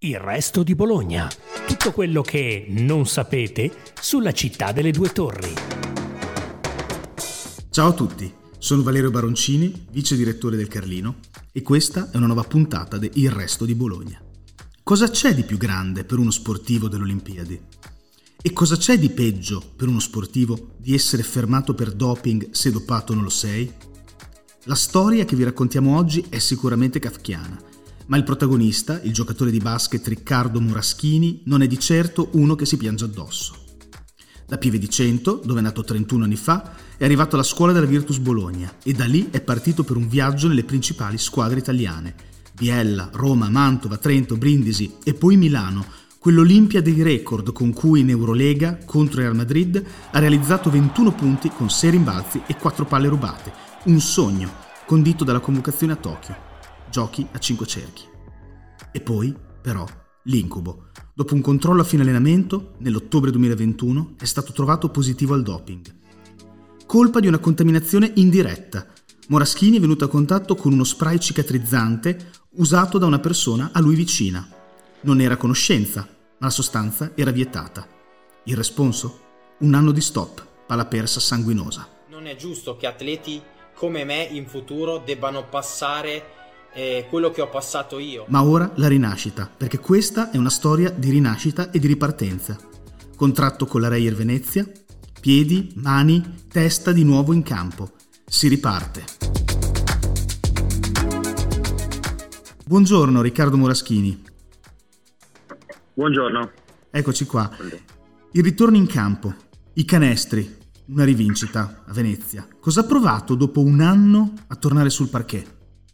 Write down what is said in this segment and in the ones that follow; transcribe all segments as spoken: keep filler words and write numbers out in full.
Il resto di Bologna. Tutto quello che non sapete sulla città delle due torri. Ciao a tutti, sono Valerio Baroncini, vice direttore del Carlino, e questa è una nuova puntata di Il resto di Bologna. Cosa c'è di più grande per uno sportivo delle Olimpiadi? E cosa c'è di peggio per uno sportivo di essere fermato per doping se dopato non lo sei? La storia che vi raccontiamo oggi è sicuramente kafkiana, ma il protagonista, il giocatore di basket Riccardo Moraschini, non è di certo uno che si piange addosso. Da Pieve di Cento, dove è nato trentuno anni fa, è arrivato alla scuola della Virtus Bologna e da lì è partito per un viaggio nelle principali squadre italiane: Biella, Roma, Mantova, Trento, Brindisi e poi Milano, quell'Olimpia dei record con cui in Eurolega contro il Real Madrid ha realizzato ventuno punti con sei rimbalzi e quattro palle rubate, un sogno condito dalla convocazione a Tokyo. Giochi a cinque cerchi. E poi, però, l'incubo. Dopo un controllo a fine allenamento, nell'ottobre duemilaventuno, è stato trovato positivo al doping. Colpa di una contaminazione indiretta. Moraschini è venuto a contatto con uno spray cicatrizzante usato da una persona a lui vicina. Non era a conoscenza, ma la sostanza era vietata. Il responso? Un anno di stop, palla persa sanguinosa. Non è giusto che atleti come me in futuro debbano passare eh, quello che ho passato io. Ma ora la rinascita, perché questa è una storia di rinascita e di ripartenza. Contratto con la Reyer Venezia, piedi, mani, testa di nuovo in campo. Si riparte. Buongiorno Riccardo Moraschini. Buongiorno. Eccoci qua. Il ritorno in campo, i canestri, una rivincita a Venezia. Cosa ha provato dopo un anno a tornare sul parquet?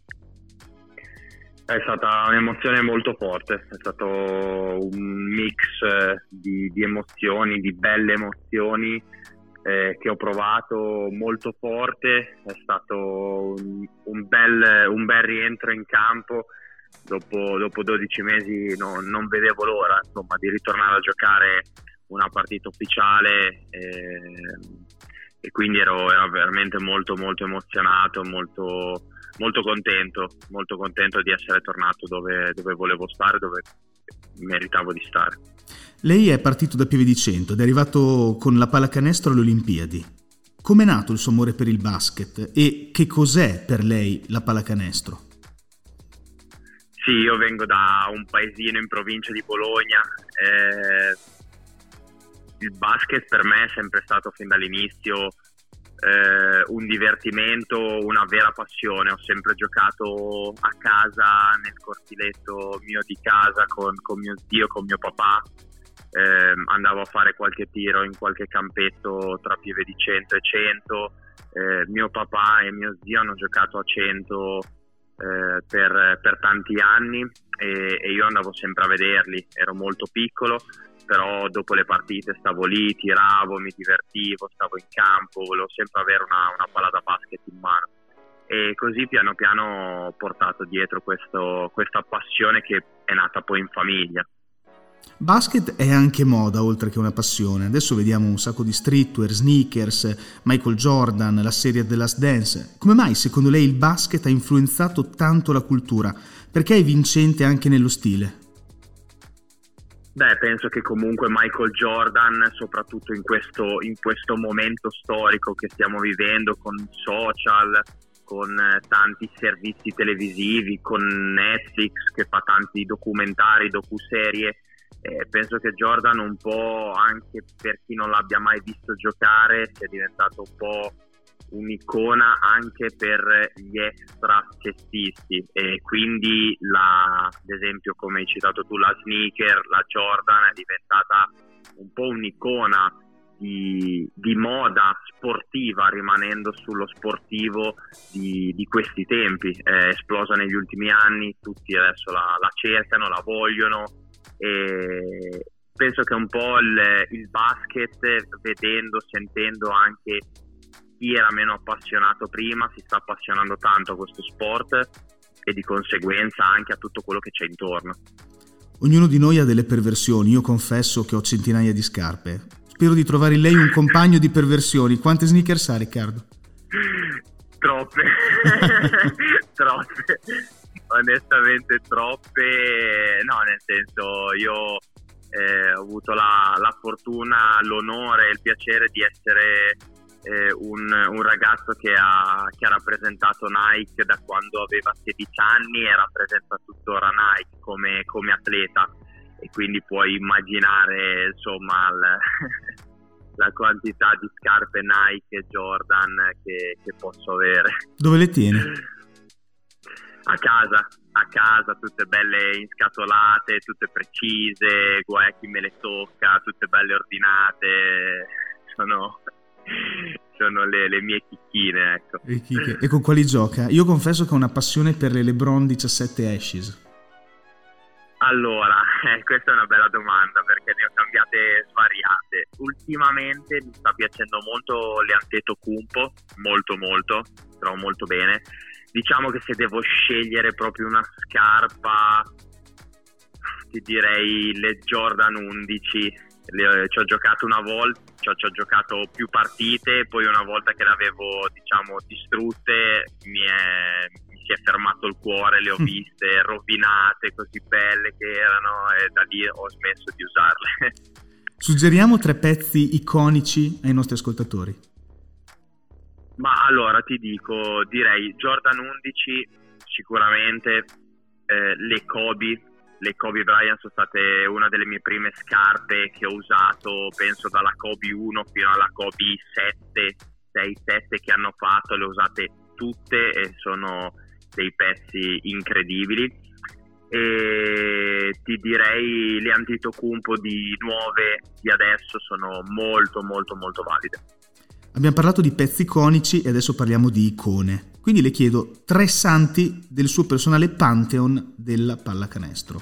È stata un'emozione molto forte, è stato un mix di, di emozioni, di belle emozioni eh, che ho provato molto forte. È stato un, un, bel, un bel rientro in campo. Dopo, dopo dodici mesi no, non vedevo l'ora insomma, di ritornare a giocare una partita ufficiale eh, e quindi ero, ero veramente molto molto emozionato, molto, molto contento, molto contento di essere tornato dove, dove volevo stare, dove meritavo di stare. Lei è partito da Pieve di Cento ed è arrivato con la pallacanestro alle Olimpiadi. Com'è nato il suo amore per il basket e che cos'è per lei la pallacanestro? Sì, io vengo da un paesino in provincia di Bologna. Eh, il basket per me è sempre stato fin dall'inizio eh, un divertimento, una vera passione. Ho sempre giocato a casa, nel cortiletto mio di casa con, con mio zio, con mio papà. Eh, andavo a fare qualche tiro in qualche campetto tra Pieve di Cento e Cento. Eh, mio papà e mio zio hanno giocato a Cento eh, per, per tanti anni e, e io andavo sempre a vederli. Ero molto piccolo, però dopo le partite stavo lì, tiravo, mi divertivo, stavo in campo, volevo sempre avere una, una palla da basket in mano. E così piano piano ho portato dietro questo, questa passione che è nata poi in famiglia. Basket è anche moda oltre che una passione. Adesso vediamo un sacco di streetwear, sneakers, Michael Jordan, la serie The Last Dance. Come mai secondo lei il basket ha influenzato tanto la cultura? Perché è vincente anche nello stile? Beh, penso che comunque Michael Jordan, soprattutto in questo, in questo momento storico che stiamo vivendo, con social, con tanti servizi televisivi, con Netflix che fa tanti documentari, docuserie, eh, penso che Jordan un po', anche per chi non l'abbia mai visto giocare, sia diventato un po' un'icona anche per gli extra cestisti e quindi la, ad esempio come hai citato tu la sneaker, la Jordan è diventata un po' un'icona di, di moda sportiva, rimanendo sullo sportivo di, di questi tempi. È esplosa negli ultimi anni, tutti adesso la, la cercano, la vogliono e penso che un po' il, il basket, vedendo, sentendo anche chi era meno appassionato prima, si sta appassionando tanto a questo sport e di conseguenza anche a tutto quello che c'è intorno. Ognuno di noi ha delle perversioni, io confesso che ho centinaia di scarpe. Spero di trovare in lei un compagno di perversioni. Quante sneakers ha, Riccardo? Troppe, troppe. onestamente troppe, no, nel senso, io eh, ho avuto la, la fortuna, l'onore e il piacere di essere eh, un, un ragazzo che ha, che ha rappresentato Nike da quando aveva sedici anni e rappresenta tuttora Nike come, come atleta, e quindi puoi immaginare insomma il, la quantità di scarpe Nike e Jordan che, che posso avere. Dove le tieni? A casa, a casa, tutte belle inscatolate, tutte precise, guai a chi me le tocca, tutte belle ordinate, sono, sono le, le mie chicchine, ecco. E, chicche. E con quali gioca? Io confesso che ho una passione per le LeBron diciassette Ashes. Allora, eh, questa è una bella domanda perché ne ho cambiate svariate. Ultimamente mi sta piacendo molto le Antetokounmpo, molto molto, trovo molto bene. Diciamo che se devo scegliere proprio una scarpa, ti direi le Jordan undici. Le, ci ho giocato una volta, ci ho, ci ho giocato più partite, poi una volta che le avevo, diciamo, distrutte, mi è, mi si è fermato il cuore, le ho viste rovinate, così belle che erano, e da lì ho smesso di usarle. Suggeriamo tre pezzi iconici ai nostri ascoltatori. Ma allora ti dico, direi Jordan undici sicuramente, eh, le Kobe, le Kobe Bryant sono state una delle mie prime scarpe che ho usato, penso dalla Kobe uno fino alla Kobe sette, sei, sette che hanno fatto, le ho usate tutte e sono dei pezzi incredibili. E ti direi le Antetokounmpo di nuove di adesso sono molto molto molto valide. Abbiamo parlato di pezzi iconici e adesso parliamo di icone. Quindi le chiedo tre santi del suo personale pantheon della pallacanestro.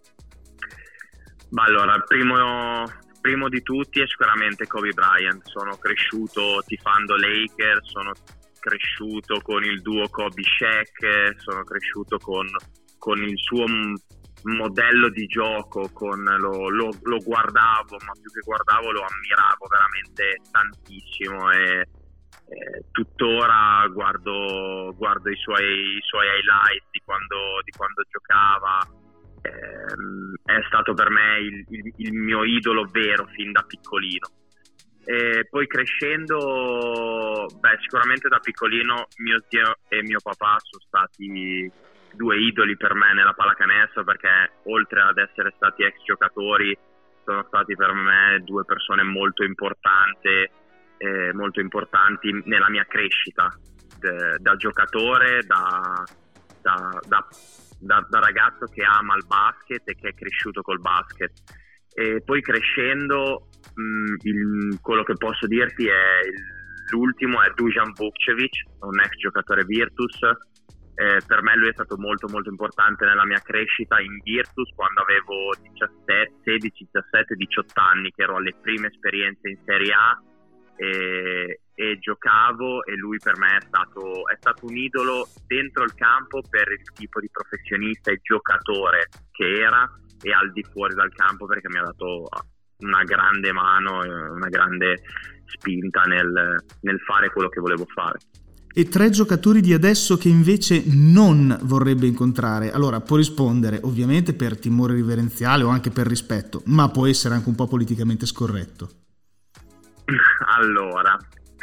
Ma allora, primo, primo di tutti è sicuramente Kobe Bryant. Sono cresciuto tifando Lakers, sono cresciuto con il duo Kobe-Shaq, sono cresciuto con, con il suo modello di gioco, con lo, lo, lo guardavo, ma più che guardavo lo ammiravo veramente tantissimo, e, e tuttora guardo, guardo i suoi, i suoi highlights di quando, di quando giocava. E, è stato per me il, il, il mio idolo vero fin da piccolino. E poi crescendo, beh, sicuramente da piccolino mio zio e mio papà sono stati due idoli per me nella pallacanestro, perché oltre ad essere stati ex giocatori sono stati per me due persone molto importanti, eh, molto importanti nella mia crescita de, da giocatore, da, da, da, da, da ragazzo che ama il basket e che è cresciuto col basket. E poi crescendo mh, il, quello che posso dirti è il, l'ultimo è Dusan Vukcevic, un ex giocatore Virtus. Eh, per me lui è stato molto molto importante nella mia crescita in Virtus quando avevo sedici, diciassette, diciotto anni, che ero alle prime esperienze in Serie A e, e giocavo, e lui per me è stato, è stato un idolo dentro il campo per il tipo di professionista e giocatore che era, e al di fuori dal campo perché mi ha dato una grande mano, una grande spinta nel, nel fare quello che volevo fare. E tre giocatori di adesso che invece non vorrebbe incontrare. Allora, può rispondere ovviamente per timore riverenziale o anche per rispetto, ma può essere anche un po' politicamente scorretto. Allora,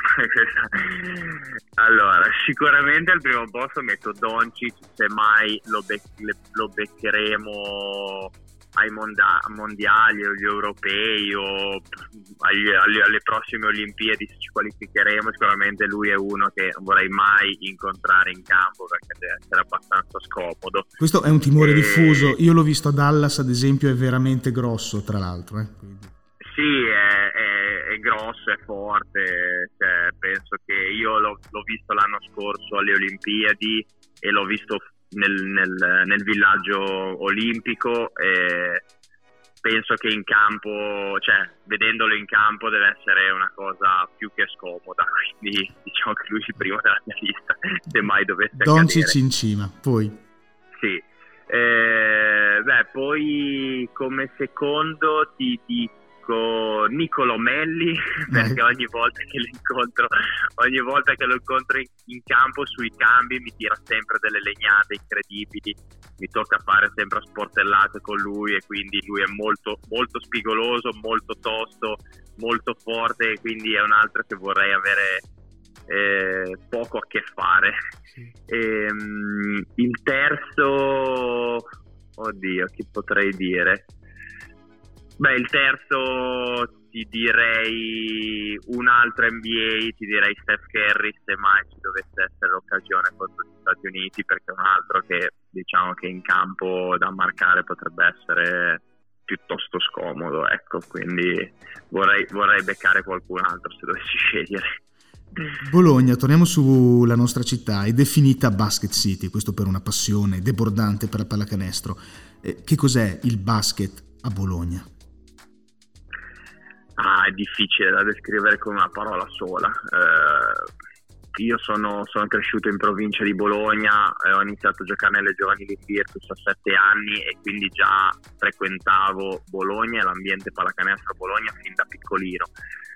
allora sicuramente al primo posto metto Doncic, se mai lo, bec- lo beccheremo ai monda- mondiali o agli europei o agli, alle, alle prossime Olimpiadi, se ci qualificheremo, sicuramente lui è uno che non vorrei mai incontrare in campo perché deve essere abbastanza scomodo. Questo è un timore e... diffuso. Io l'ho visto a Dallas ad esempio, è veramente grosso tra l'altro, eh? Quindi... Sì, è, è, è grosso, è forte, cioè, penso che io l'ho, l'ho visto l'anno scorso alle Olimpiadi e l'ho visto Nel, nel, nel villaggio olimpico, e penso che in campo, cioè vedendolo in campo deve essere una cosa più che scomoda, quindi diciamo che lui è il primo della mia lista se mai dovesse Doncic accadere. In cima, poi sì, eh, beh, poi come secondo ti, ti, preferisco Niccolò Melli perché ogni volta che lo incontro ogni volta che lo incontro in, in campo sui cambi mi tira sempre delle legnate incredibili, mi tocca fare sempre sportellate con lui, e quindi lui è molto molto spigoloso, molto tosto, molto forte, e quindi è un altro che vorrei avere eh, poco a che fare. Sì. E, um, il terzo, oddio, chi potrei dire? Beh, il terzo ti direi un altro N B A, ti direi Steph Curry, se mai ci dovesse essere l'occasione contro gli Stati Uniti, perché è un altro che diciamo che in campo da marcare potrebbe essere piuttosto scomodo, ecco, quindi vorrei, vorrei beccare qualcun altro se dovessi scegliere. Bologna, torniamo sulla nostra città, è definita Basket City, questo per una passione debordante per la pallacanestro. Eh, che cos'è il basket a Bologna? Ah, è difficile da descrivere con una parola sola. Eh, io sono, sono cresciuto in provincia di Bologna, eh, ho iniziato a giocare nelle giovanili Virtus a sette anni, e quindi già frequentavo Bologna e l'ambiente pallacanestro a Bologna fin da piccolino.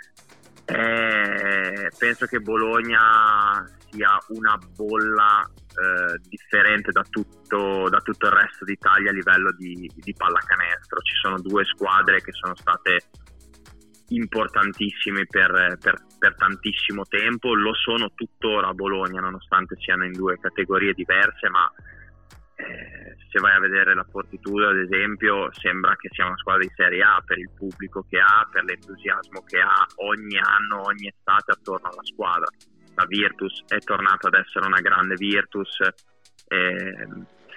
Eh, penso che Bologna sia una bolla eh, differente da tutto, da tutto il resto d'Italia a livello di, di pallacanestro. Ci sono due squadre che sono state importantissime per, per, per tantissimo tempo, lo sono tuttora a Bologna nonostante siano in due categorie diverse, ma eh, se vai a vedere la Fortitudo ad esempio sembra che sia una squadra di Serie A per il pubblico che ha, per l'entusiasmo che ha ogni anno, ogni estate attorno alla squadra. La Virtus è tornata ad essere una grande Virtus. eh,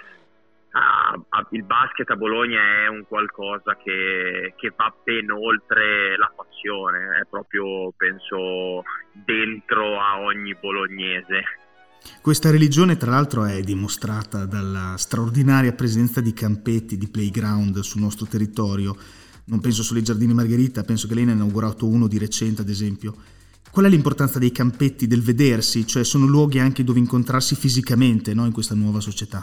Ah, il basket a Bologna è un qualcosa che, che va ben oltre la passione, è proprio, penso, dentro a ogni bolognese. Questa religione tra l'altro è dimostrata dalla straordinaria presenza di campetti, di playground sul nostro territorio. Non penso solo ai Giardini Margherita, penso che lei ne ha inaugurato uno di recente ad esempio. Qual è l'importanza dei campetti, del vedersi? Cioè sono luoghi anche dove incontrarsi fisicamente, no, in questa nuova società.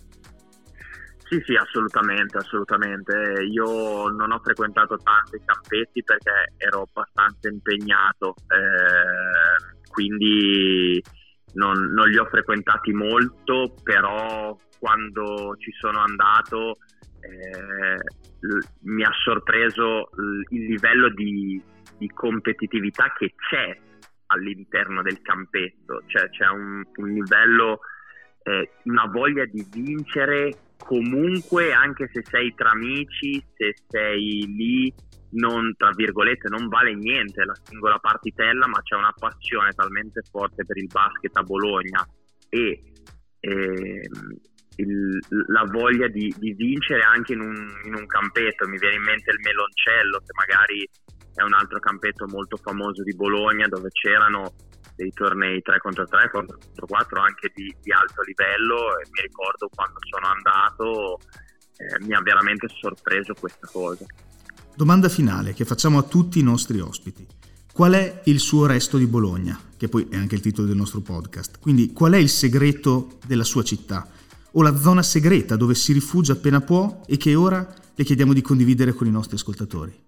Sì, sì, assolutamente, assolutamente. Io non ho frequentato tanti campetti perché ero abbastanza impegnato, eh, quindi non, non li ho frequentati molto, però quando ci sono andato eh, l- mi ha sorpreso l- il livello di, di competitività che c'è all'interno del campetto, cioè c'è un, un livello, eh, una voglia di vincere comunque, anche se sei tra amici, se sei lì, non, tra virgolette, non vale niente la singola partitella, ma c'è una passione talmente forte per il basket a Bologna e eh, il, la voglia di, di vincere anche in un, in un campetto. Mi viene in mente il Meloncello, che magari è un altro campetto molto famoso di Bologna, dove c'erano dei tornei tre contro tre, quattro contro quattro anche di, di alto livello, e mi ricordo quando sono andato eh, mi ha veramente sorpreso questa cosa. Domanda finale che facciamo a tutti i nostri ospiti: qual è il suo resto di Bologna? Che poi è anche il titolo del nostro podcast. Quindi qual è il segreto della sua città, o la zona segreta dove si rifugia appena può e che ora le chiediamo di condividere con i nostri ascoltatori?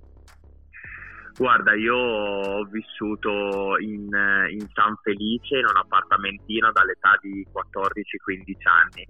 Guarda, io ho vissuto in, in San Felice, in un appartamentino dall'età di quattordici quindici anni,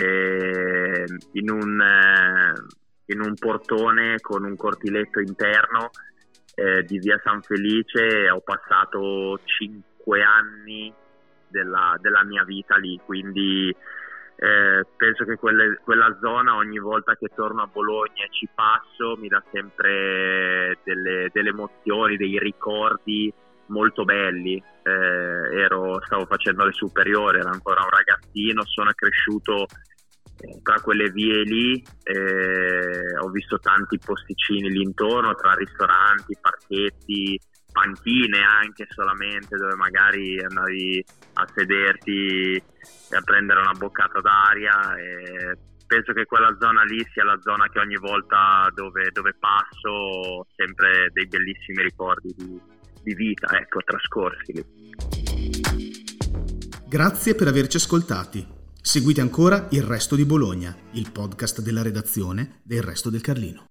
e in, un, in un portone con un cortiletto interno eh, di via San Felice. Ho passato cinque anni della, della mia vita lì, quindi Eh, penso che quelle, quella zona, ogni volta che torno a Bologna e ci passo, mi dà sempre delle, delle emozioni, dei ricordi molto belli. Eh, ero, stavo facendo le superiori, ero ancora un ragazzino, sono cresciuto eh, tra quelle vie lì, eh, ho visto tanti posticini lì intorno, tra ristoranti, parchetti, panchine anche solamente, dove magari andavi a sederti e a prendere una boccata d'aria, e penso che quella zona lì sia la zona che ogni volta dove, dove passo ho sempre dei bellissimi ricordi di, di vita, ecco, trascorsi lì. Grazie per averci ascoltati. Seguite ancora Il Resto di Bologna, il podcast della redazione del Resto del Carlino.